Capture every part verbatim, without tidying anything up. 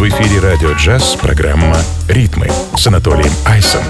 В эфире «Радио Джаз» программа «Ритмы» с Анатолием Айсом.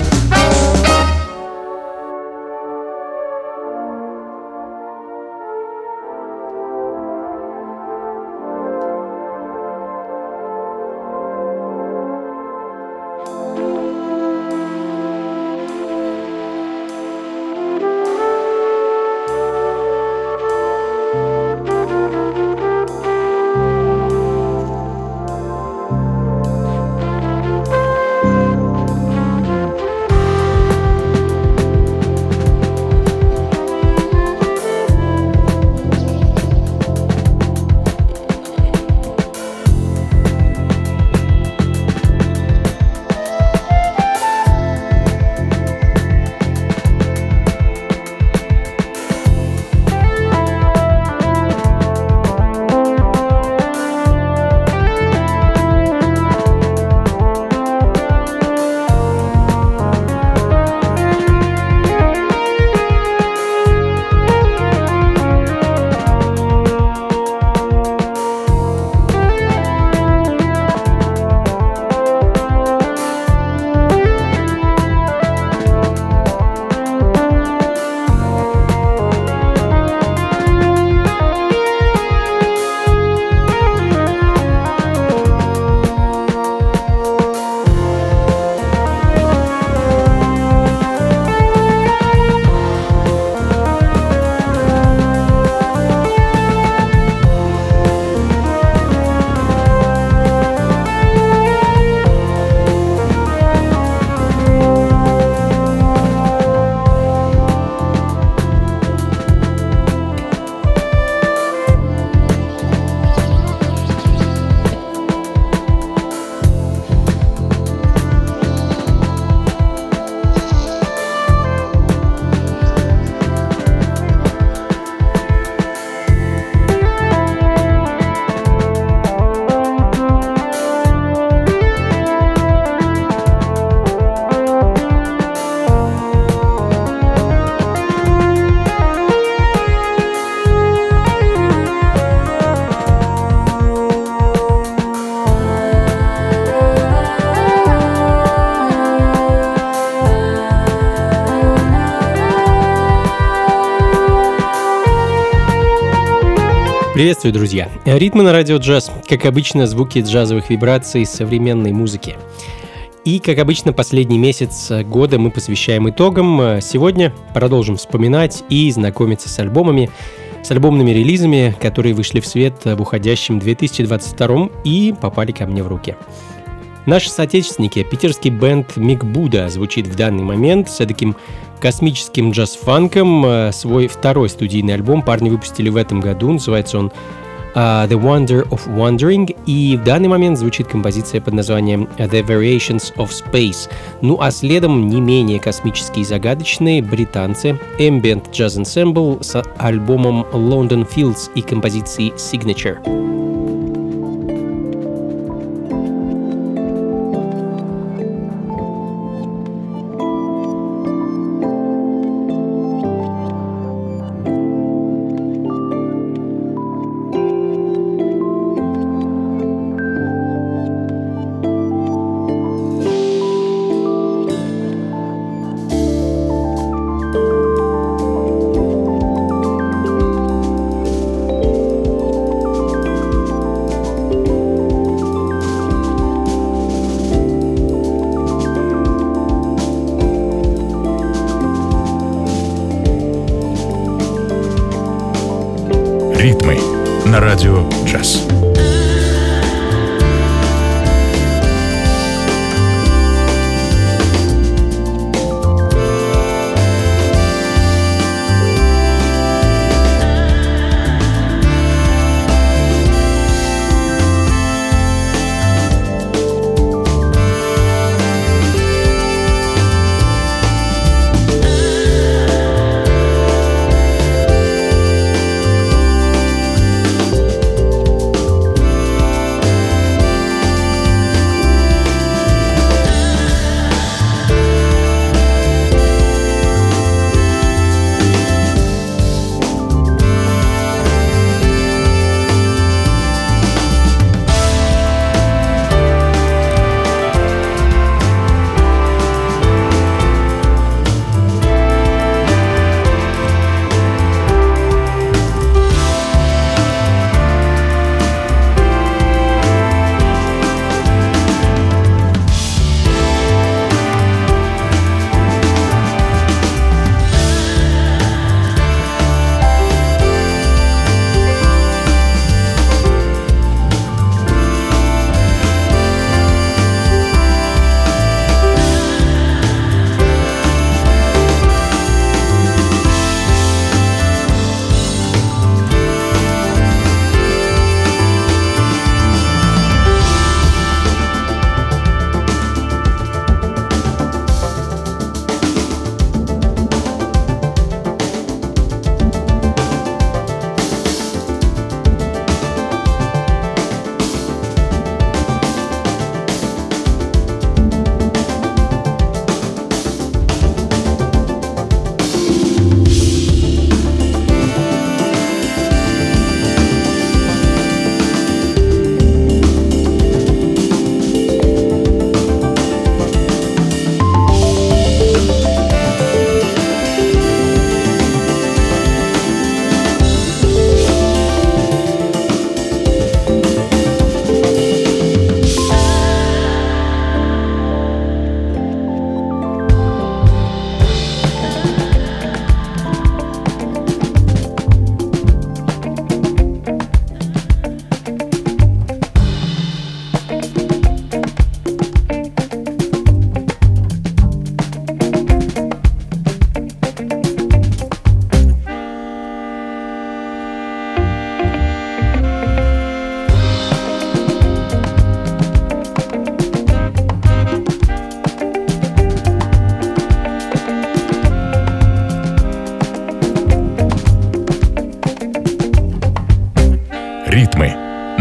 Приветствую, друзья! Ритмы на радио джаз. Как обычно, звуки джазовых вибраций современной музыки. И, как обычно, последний месяц года мы посвящаем итогам. Сегодня продолжим вспоминать и знакомиться с альбомами, с альбомными релизами, которые вышли в свет в уходящем две тысячи двадцать втором и попали ко мне в руки. Наши соотечественники, питерский бенд Мик Буда, звучит в данный момент с таким космическим джаз-фанком. Свой второй студийный альбом парни выпустили в этом году, называется он uh, The Wonder of Wondering, и в данный момент звучит композиция под названием The Variations of Space. Ну а следом не менее космические и загадочные британцы Ambient Jazz Ensemble с альбомом London Fields и композицией Signature.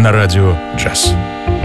на радио «Джаз».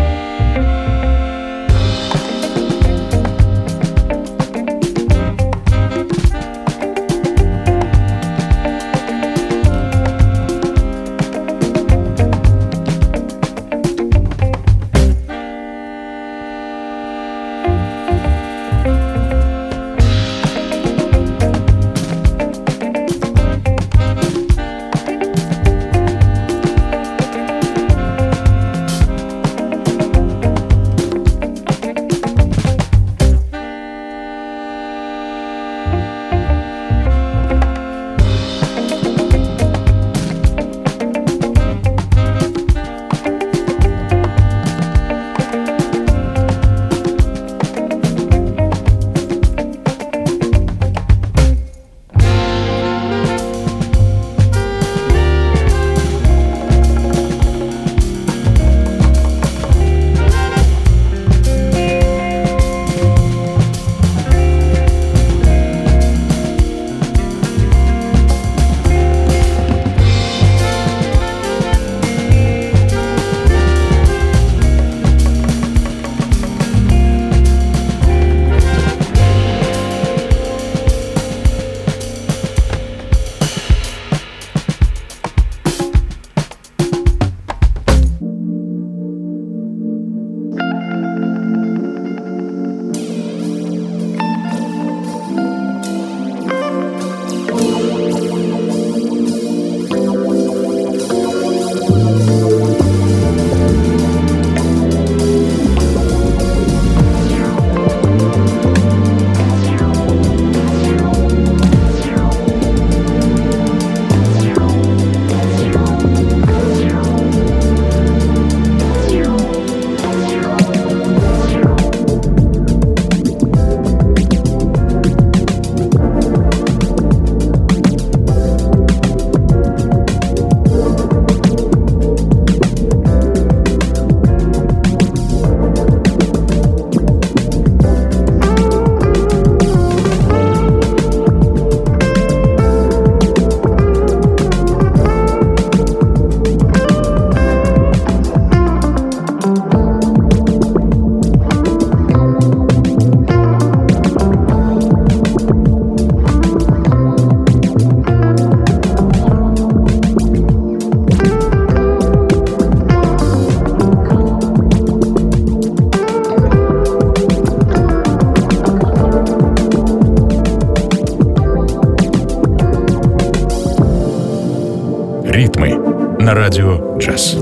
Ритмы на радио «Джаз».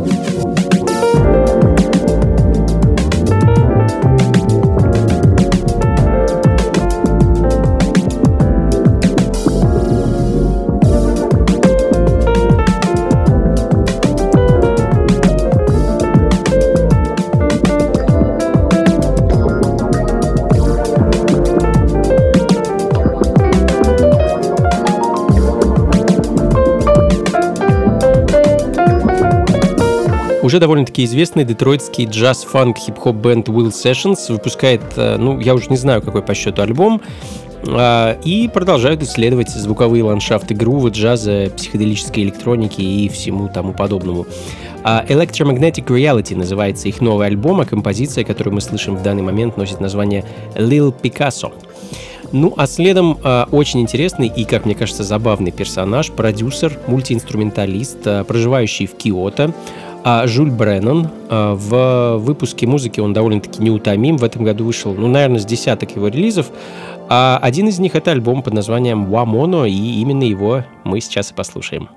Уже довольно-таки известный детройтский джаз-фанк-хип-хоп-бенд Will Sessions выпускает, ну, я уже не знаю, какой по счету альбом, и продолжают исследовать звуковые ландшафты грува, джаза, психоделической электроники и всему тому подобному. Electromagnetic Reality называется их новый альбом, а композиция, которую мы слышим в данный момент, носит название Lil Picasso. Ну, а следом э, очень интересный и, как мне кажется, забавный персонаж, продюсер, мультиинструменталист, э, проживающий в Киото, э, Жюль Бреннан. Э, в выпуске музыки он довольно-таки неутомим. В этом году вышел, ну, наверное, с десяток его релизов. А один из них — это альбом под названием «Wamono», и именно его мы сейчас и послушаем.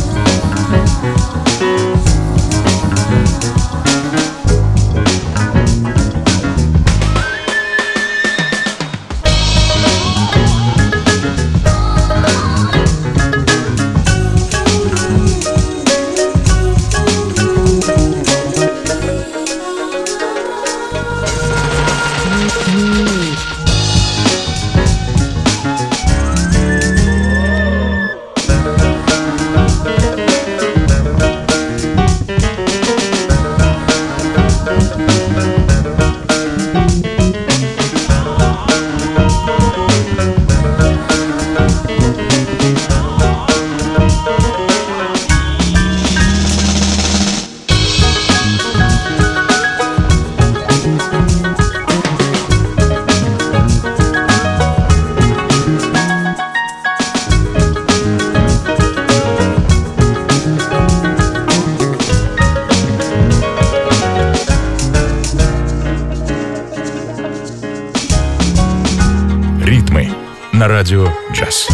Thank на радио «Джаз».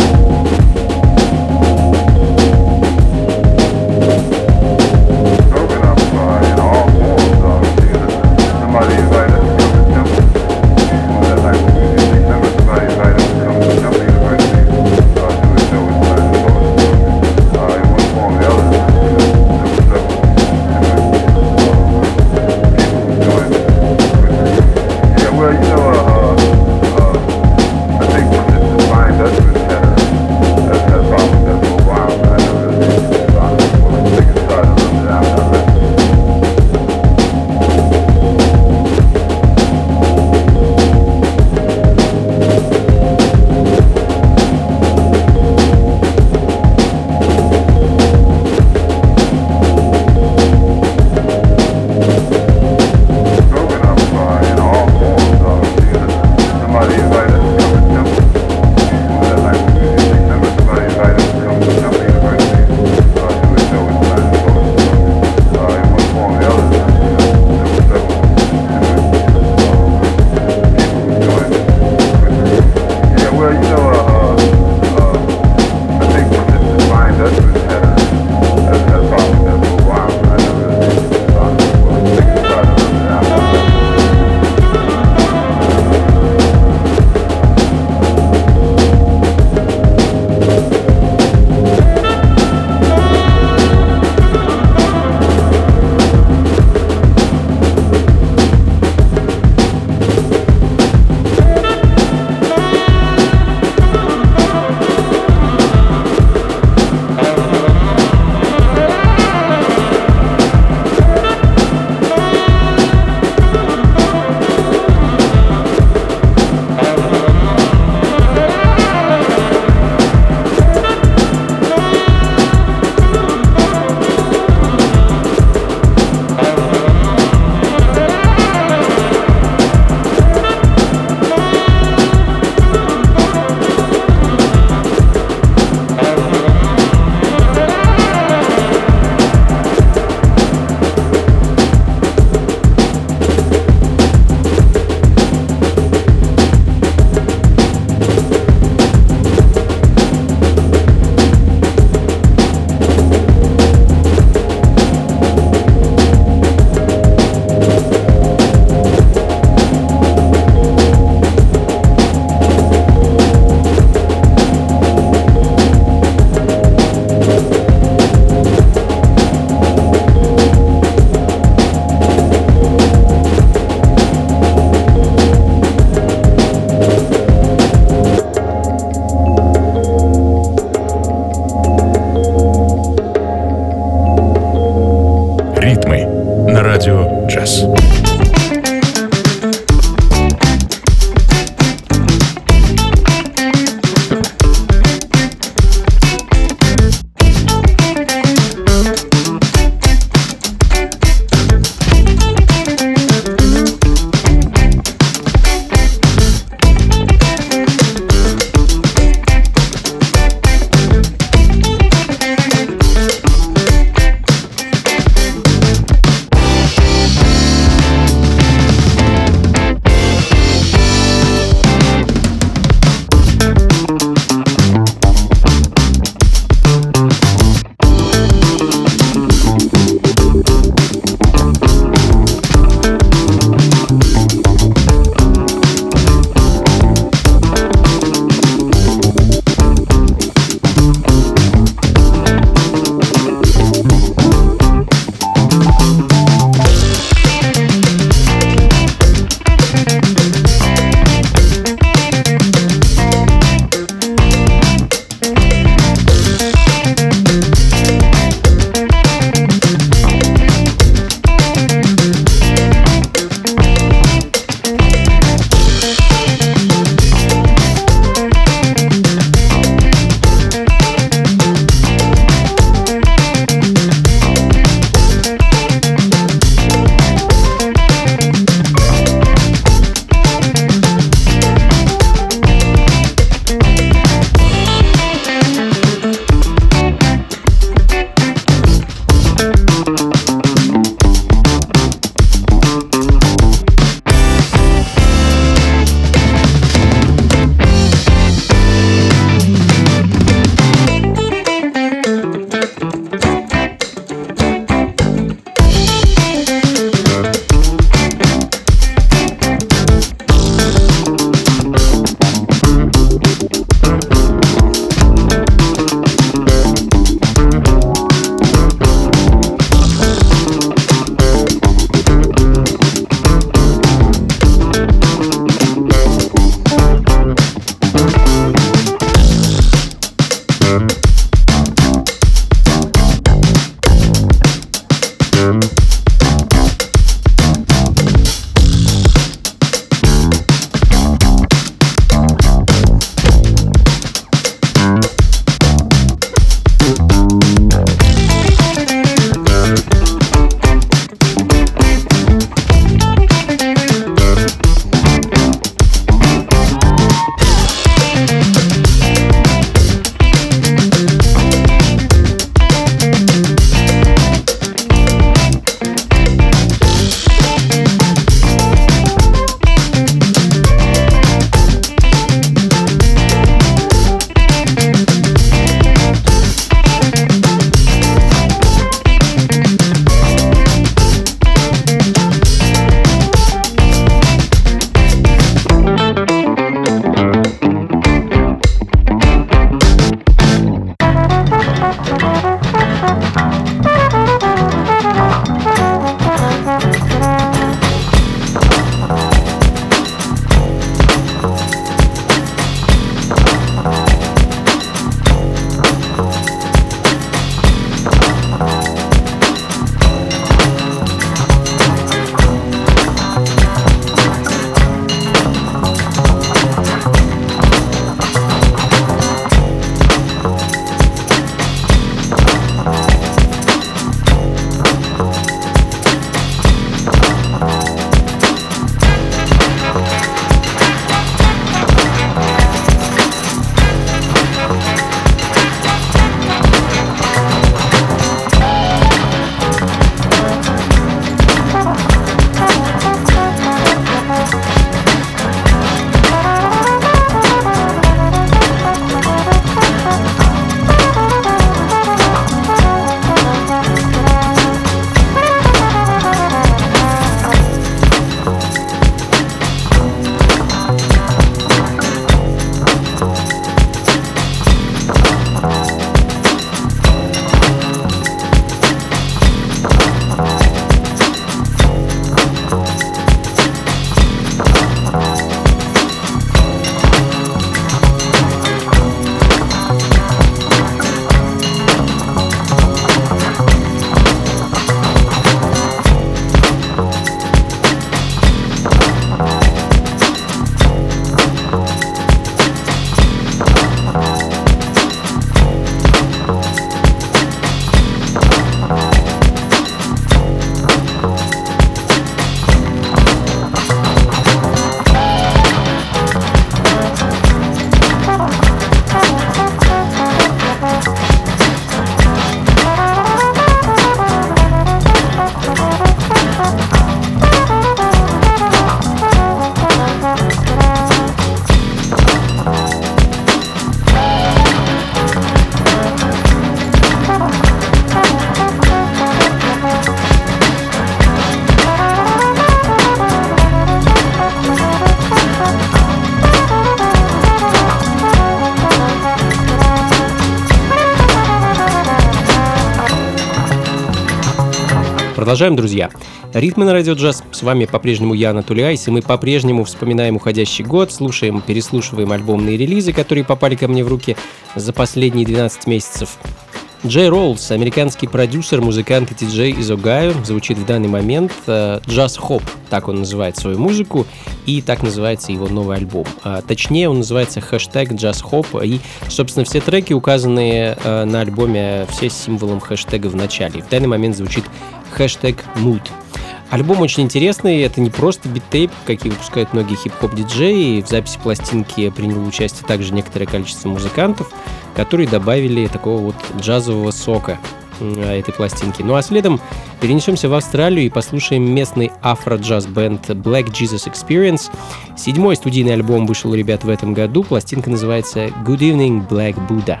Продолжаем, друзья. Ритмы на радио джаз. С вами по-прежнему я, Анатолий Айс, и мы по-прежнему вспоминаем уходящий год, слушаем, переслушиваем альбомные релизы, которые попали ко мне в руки за последние двенадцать месяцев. Джей Роллс, американский продюсер, музыкант и диджей из Огайо, звучит в данный момент джаз-хоп, так он называет свою музыку, и так называется его новый альбом. А, точнее, он называется хэштег джаз-хоп, и, собственно, все треки, указанные а, на альбоме, все с символом хэштега в начале. В данный момент звучит хэштег mood. Альбом очень интересный, это не просто биттейп, какие выпускают многие хип-хоп-диджеи. В записи пластинки приняло участие также некоторое количество музыкантов, которые добавили такого вот джазового сока этой пластинки. Ну а следом перенесемся в Австралию и послушаем местный афро-джаз-бенд Black Jesus Experience. Седьмой студийный альбом вышел у ребят в этом году, пластинка называется Good Evening Black Buddha.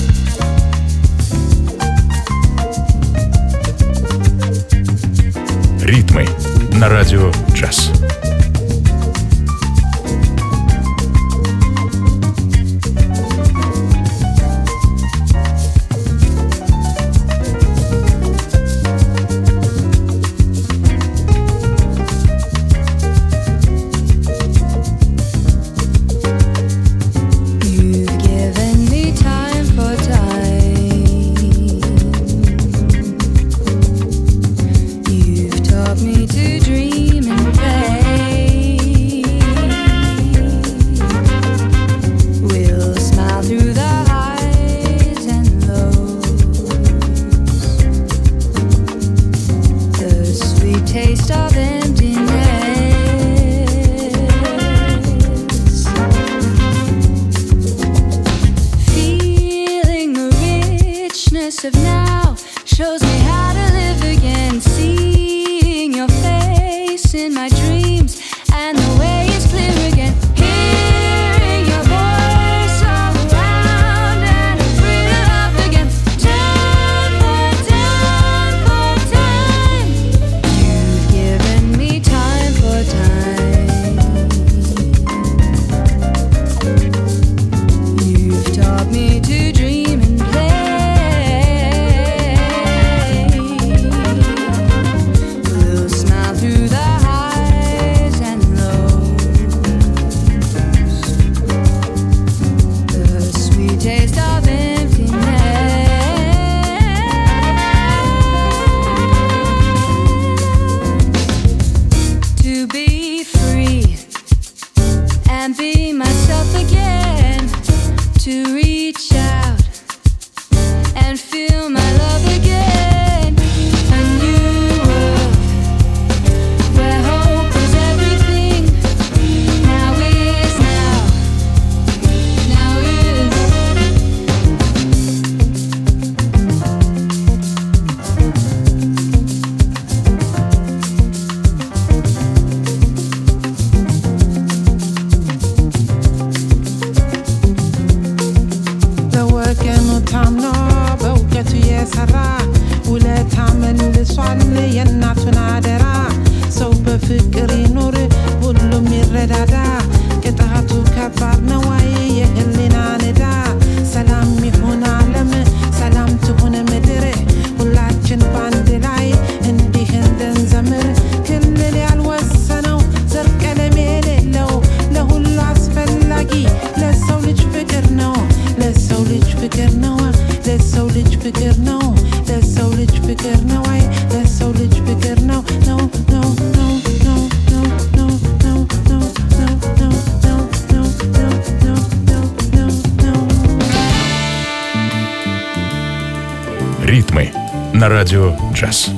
Ритмы на радио джаз. Ритмы на радио джаз.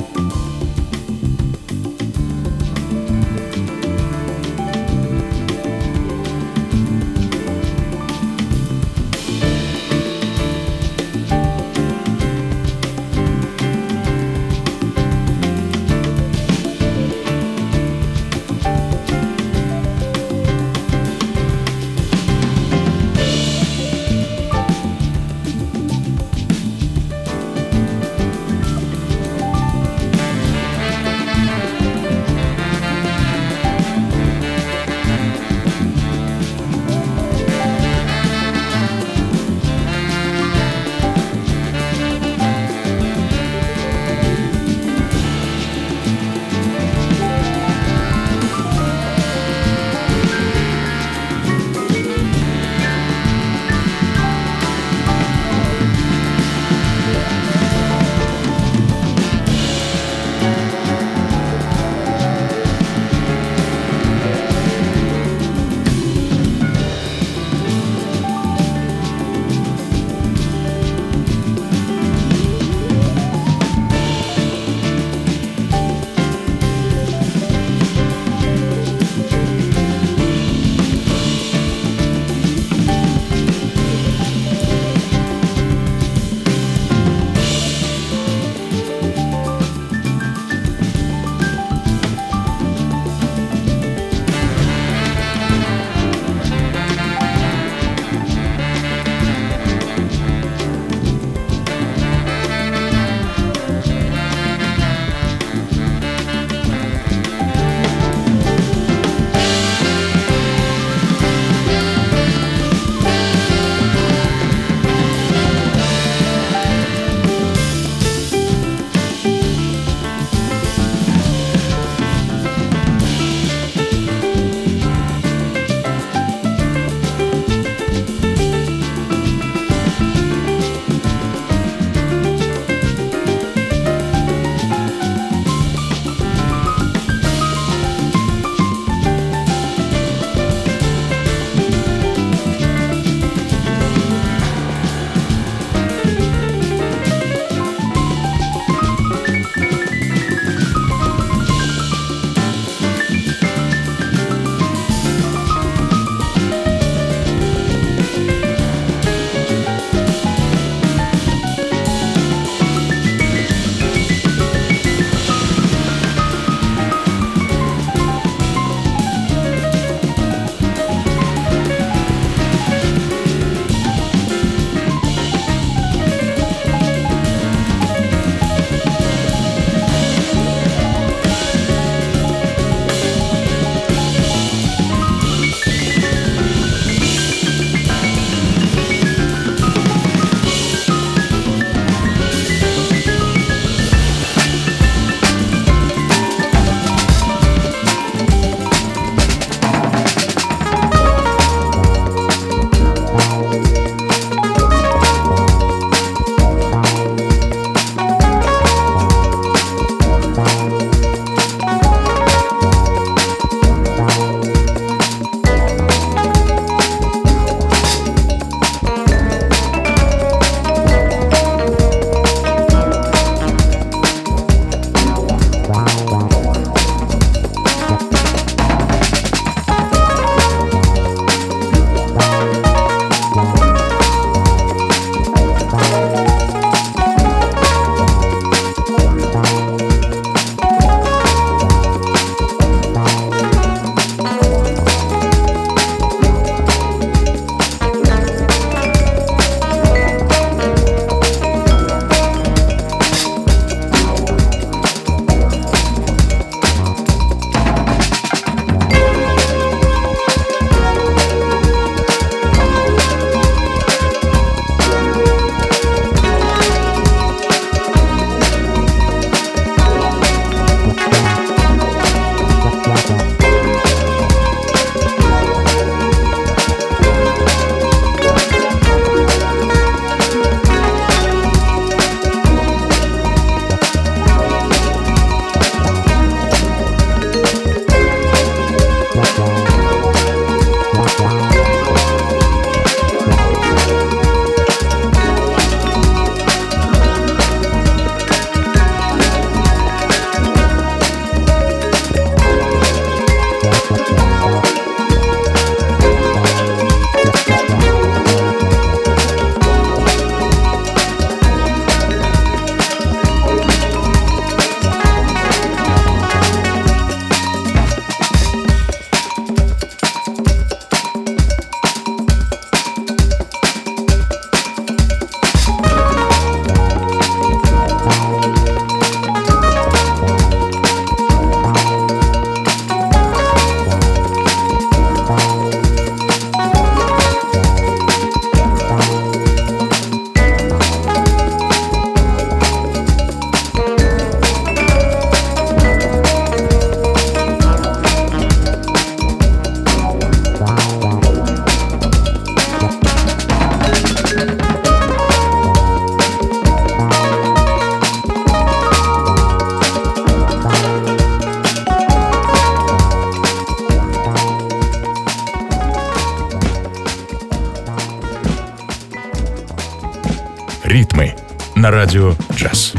Ритмы на радио джаз.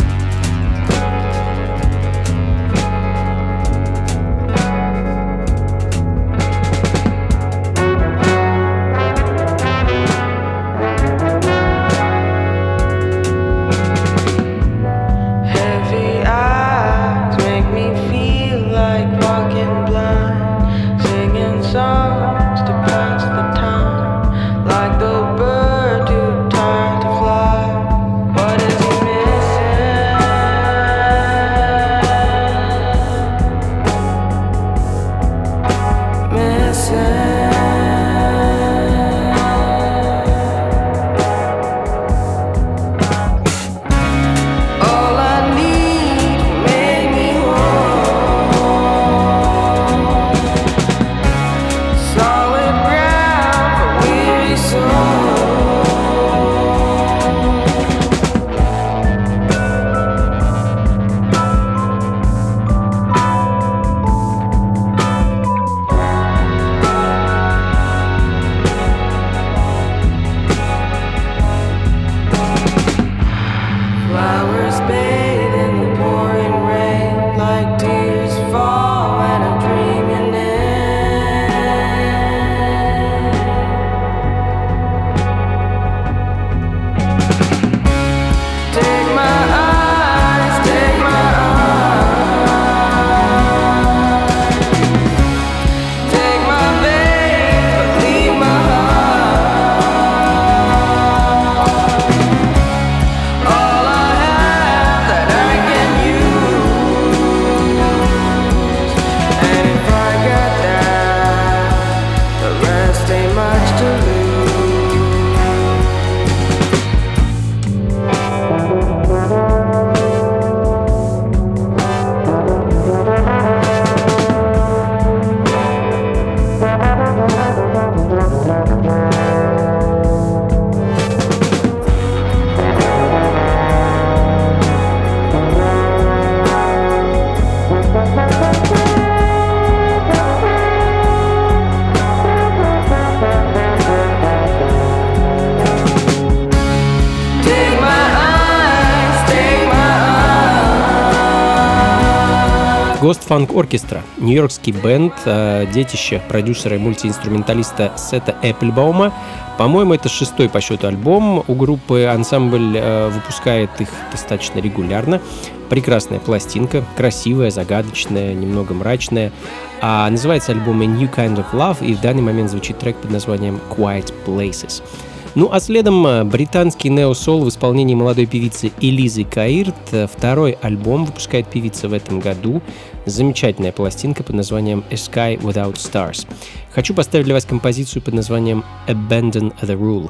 Ghost Funk Orchestra, нью-йоркский бенд, детище продюсера и мультиинструменталиста Сета Эпплбаума. По-моему, это шестой по счету альбом у группы. Ансамбль выпускает их достаточно регулярно. Прекрасная пластинка, красивая, загадочная, немного мрачная. А называется альбом A New Kind of Love, и в данный момент звучит трек под названием Quiet Places. Ну а следом британский нео-сол в исполнении молодой певицы Элизы Каирт. Второй альбом выпускает певица в этом году. Замечательная пластинка под названием A Sky Without Stars. Хочу поставить для вас композицию под названием Abandon the Rule.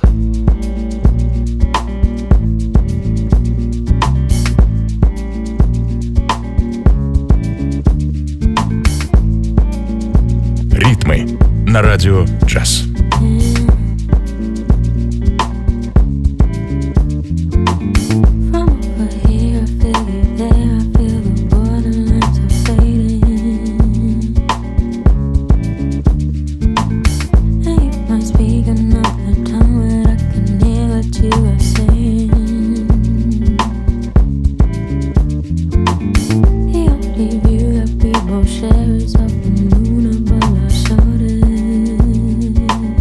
Ритмы на радио джаз. Shares of the moon above our shoulders.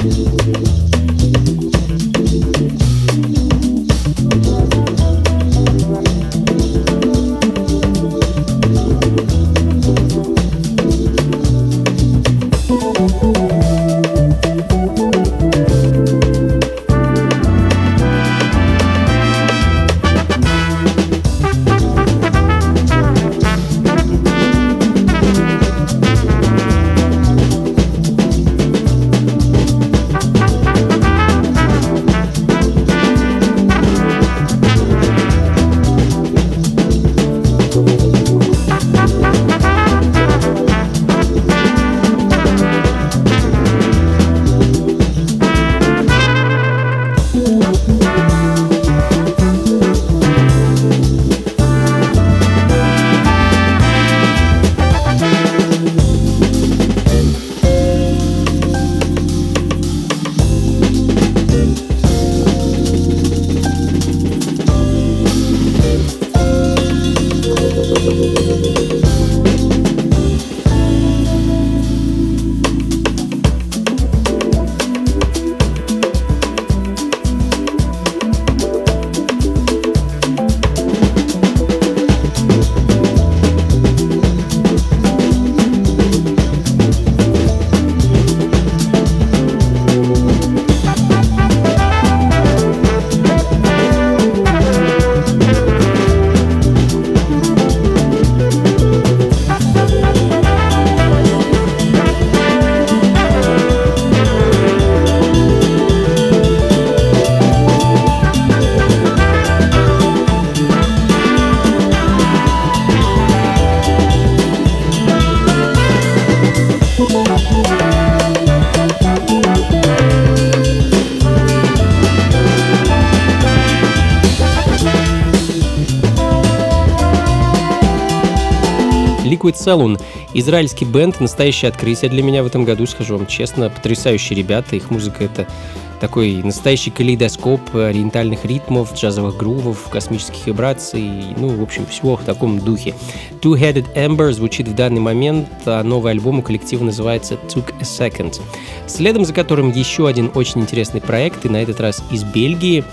Liquid Saloon. Израильский бенд, настоящее открытие для меня в этом году, скажу вам честно. Потрясающие ребята, их музыка — это такой настоящий калейдоскоп ориентальных ритмов, джазовых грувов, космических вибраций, ну, в общем, всего в таком духе. Two-Headed Ember звучит в данный момент, а новый альбом у коллектива называется Took a Second. Следом за которым еще один очень интересный проект, и на этот раз из Бельгии.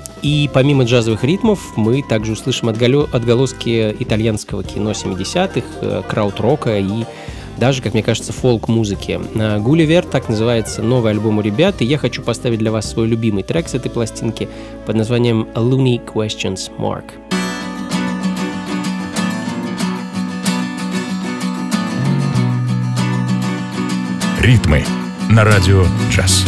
И помимо джазовых ритмов мы также услышим отголоски итальянского кино семидесятых, крауд-рока и даже, как мне кажется, фолк-музыки. «Гулливер» — так называется новый альбом у ребят, и я хочу поставить для вас свой любимый трек с этой пластинки под названием «Looney Questions Mark». Ритмы на радио «Джаз».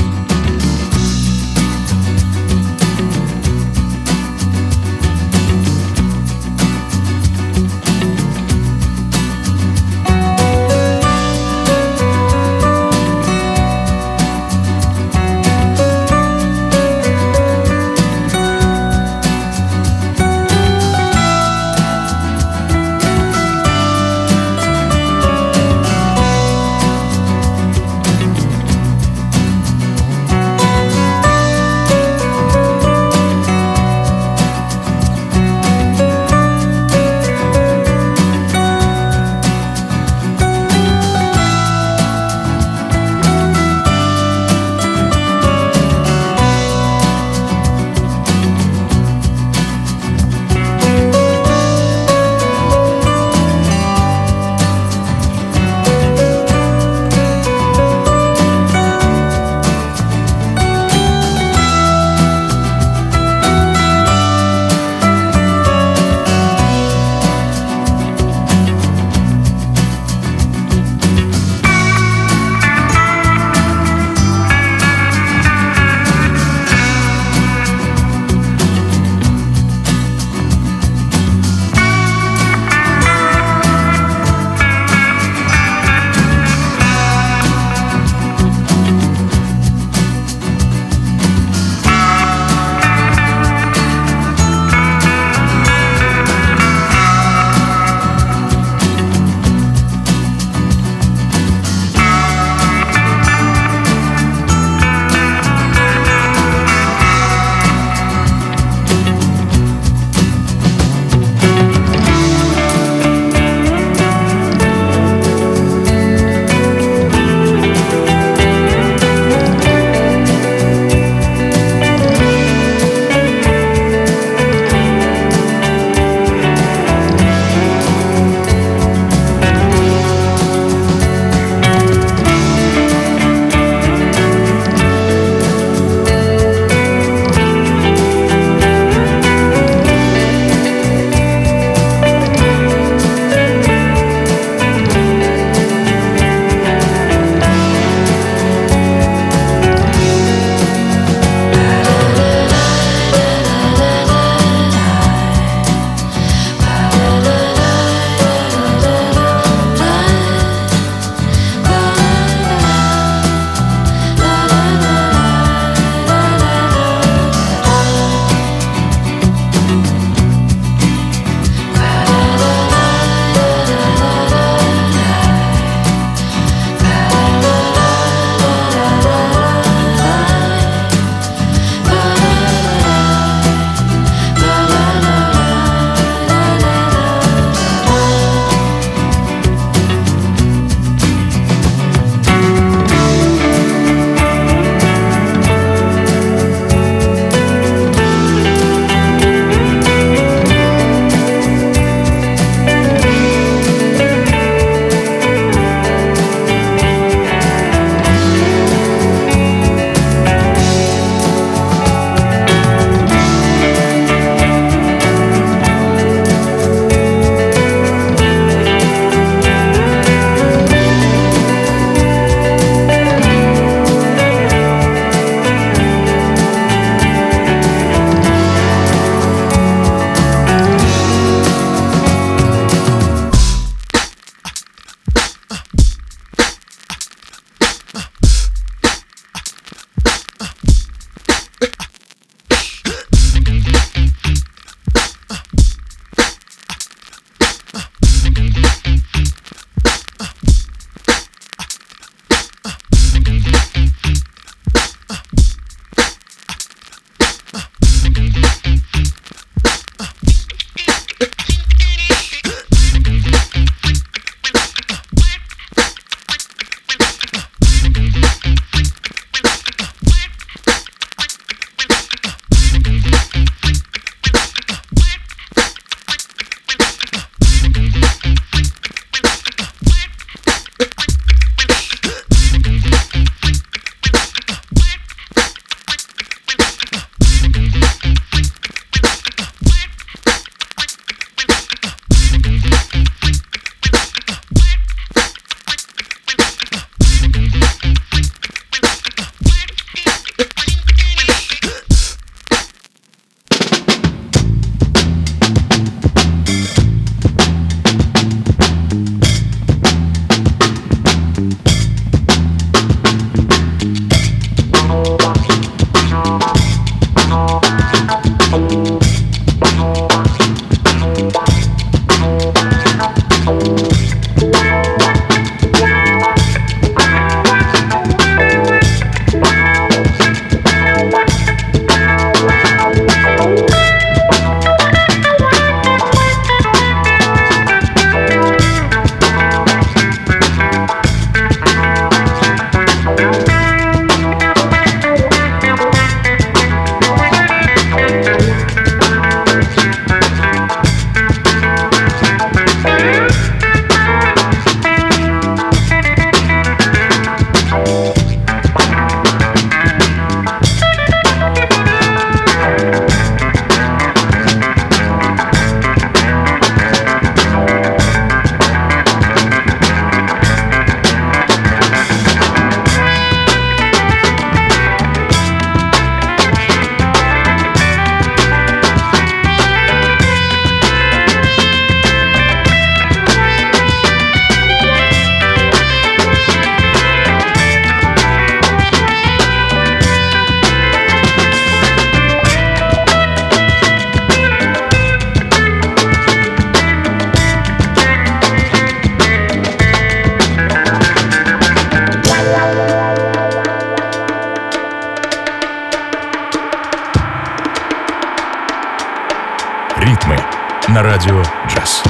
на радио джаз.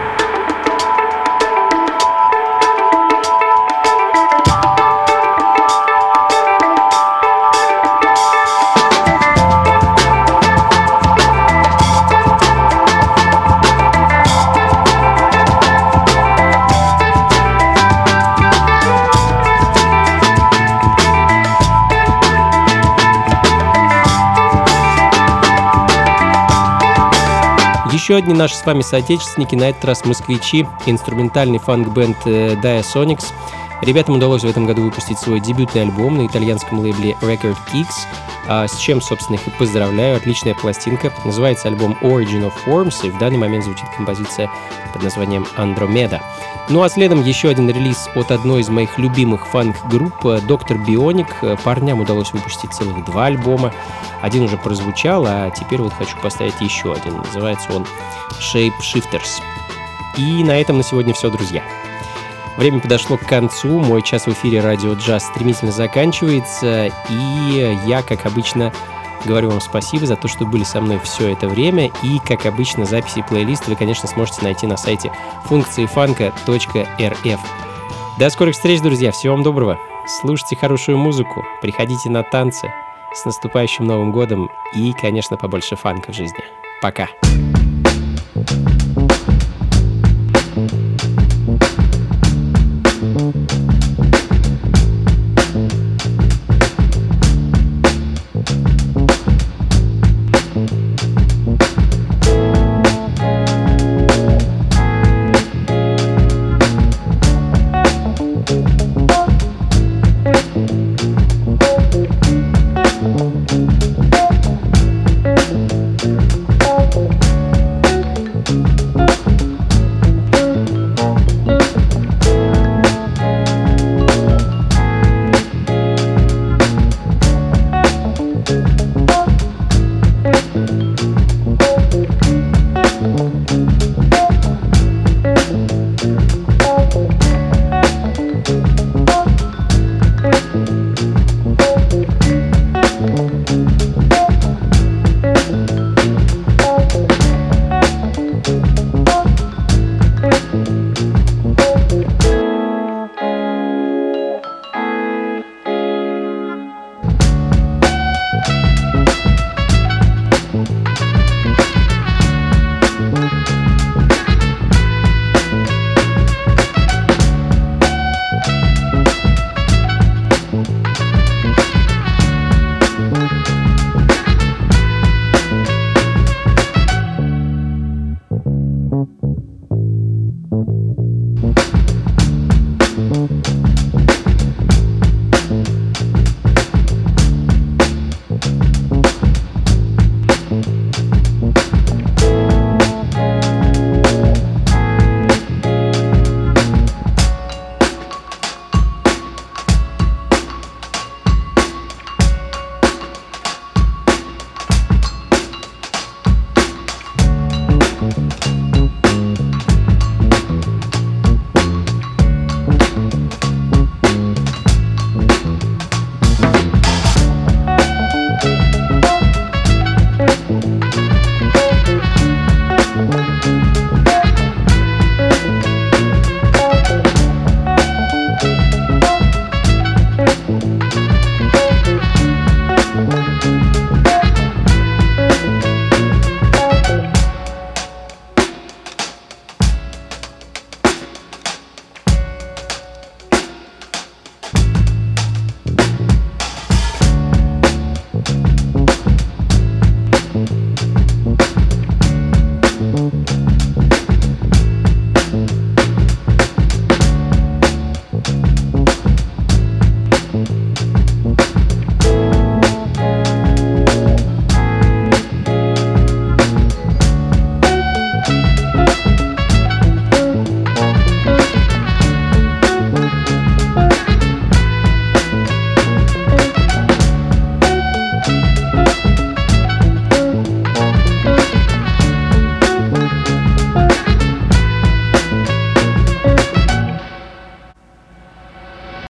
Еще одни наши с вами соотечественники, на этот раз москвичи, инструментальный фанк-бенд Diasonics. Ребятам удалось в этом году выпустить свой дебютный альбом на итальянском лейбле Record Kicks, с чем, собственно, их и поздравляю. Отличная пластинка. Называется альбом Origin of Forms, и в данный момент звучит композиция под названием Andromeda. Ну а следом еще один релиз от одной из моих любимых фанк-групп доктор Bionic. Парням удалось выпустить целых два альбома. Один уже прозвучал, а теперь вот хочу поставить еще один. Называется он Shape Shifters. И на этом на сегодня все, друзья. Время подошло к концу, мой час в эфире радио джаз стремительно заканчивается, и я, как обычно, говорю вам спасибо за то, что были со мной все это время, и, как обычно, записи и плейлисты вы, конечно, сможете найти на сайте функции фанка точка эр эф. До скорых встреч, друзья, всего вам доброго, слушайте хорошую музыку, приходите на танцы, с наступающим Новым годом и, конечно, побольше фанка в жизни. Пока!